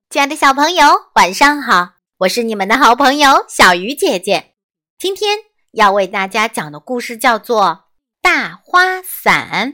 亲爱的小朋友，晚上好，我是你们的好朋友小鱼姐姐。今天要为大家讲的故事叫做《大花伞》。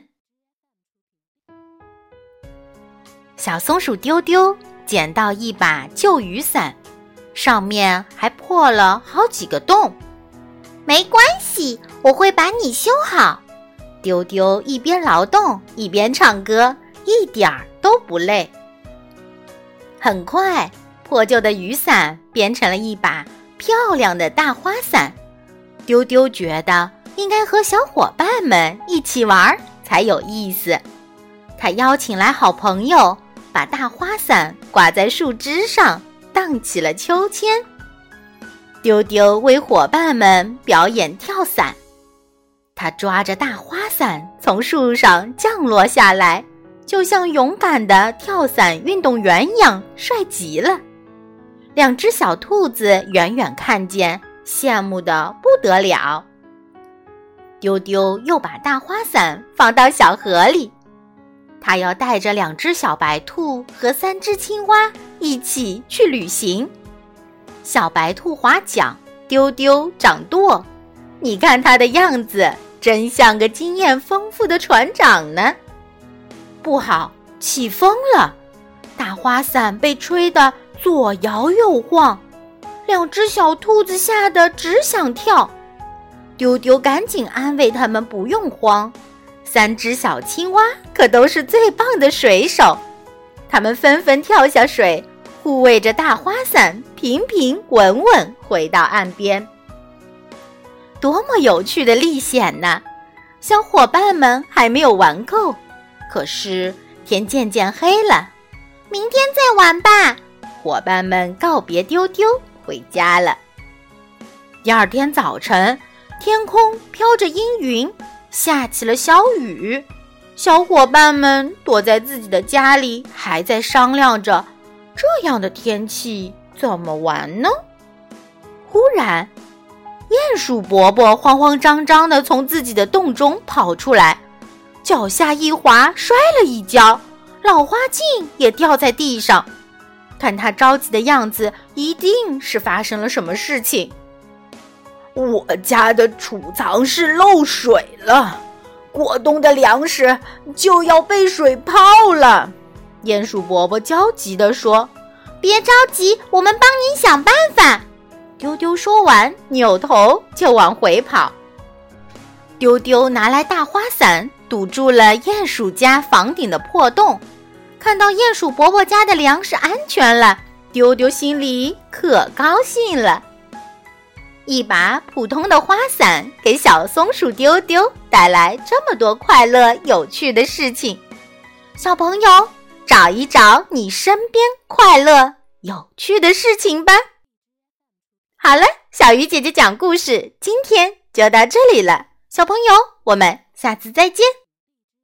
小松鼠丢丢捡到一把旧雨伞，上面还破了好几个洞。没关系，我会把你修好。丢丢一边劳动一边唱歌，一点儿都不累。很快，破旧的雨伞变成了一把漂亮的大花伞。丢丢觉得应该和小伙伴们一起玩才有意思。他邀请来好朋友，把大花伞挂在树枝上，荡起了秋千。丢丢为伙伴们表演跳伞，他抓着大花伞从树上降落下来，就像勇敢的跳伞运动员一样，帅极了。两只小兔子远远看见，羡慕得不得了。丢丢又把大花伞放到小河里，他要带着2只小白兔和3只青蛙一起去旅行。小白兔划桨，丢丢掌舵，你看他的样子，真像个经验丰富的船长呢。不好，起风了，大花伞被吹得左摇右晃，2只小兔子吓得只想跳。丢丢赶紧安慰他们不用慌，3只小青蛙可都是最棒的水手，他们纷纷跳下水，护卫着大花伞平平稳稳回到岸边。多么有趣的历险呢！小伙伴们还没有玩够，可是天渐渐黑了，明天再玩吧。伙伴们告别丢丢，回家了。第2天早晨，天空飘着阴云，下起了小雨。小伙伴们躲在自己的家里，还在商量着这样的天气怎么玩呢？忽然，鼹鼠伯伯慌慌张张地从自己的洞中跑出来，脚下一滑，摔了一跤，老花镜也掉在地上。看他着急的样子，一定是发生了什么事情。 我家的储藏室漏水了，过冬的粮食就要被水泡了。 鼹鼠伯伯焦急地说：别着急，我们帮您想办法。丢丢说完，扭头就往回跑。丢丢拿来大花伞，堵住了鼹鼠家房顶的破洞。看到鼹鼠伯伯家的粮食安全了，丢丢心里可高兴了。一把普通的花伞给小松鼠丢丢带来这么多快乐有趣的事情。小朋友，找一找你身边快乐有趣的事情吧。好了，小鱼姐姐讲故事今天就到这里了，小朋友，我们下次再见。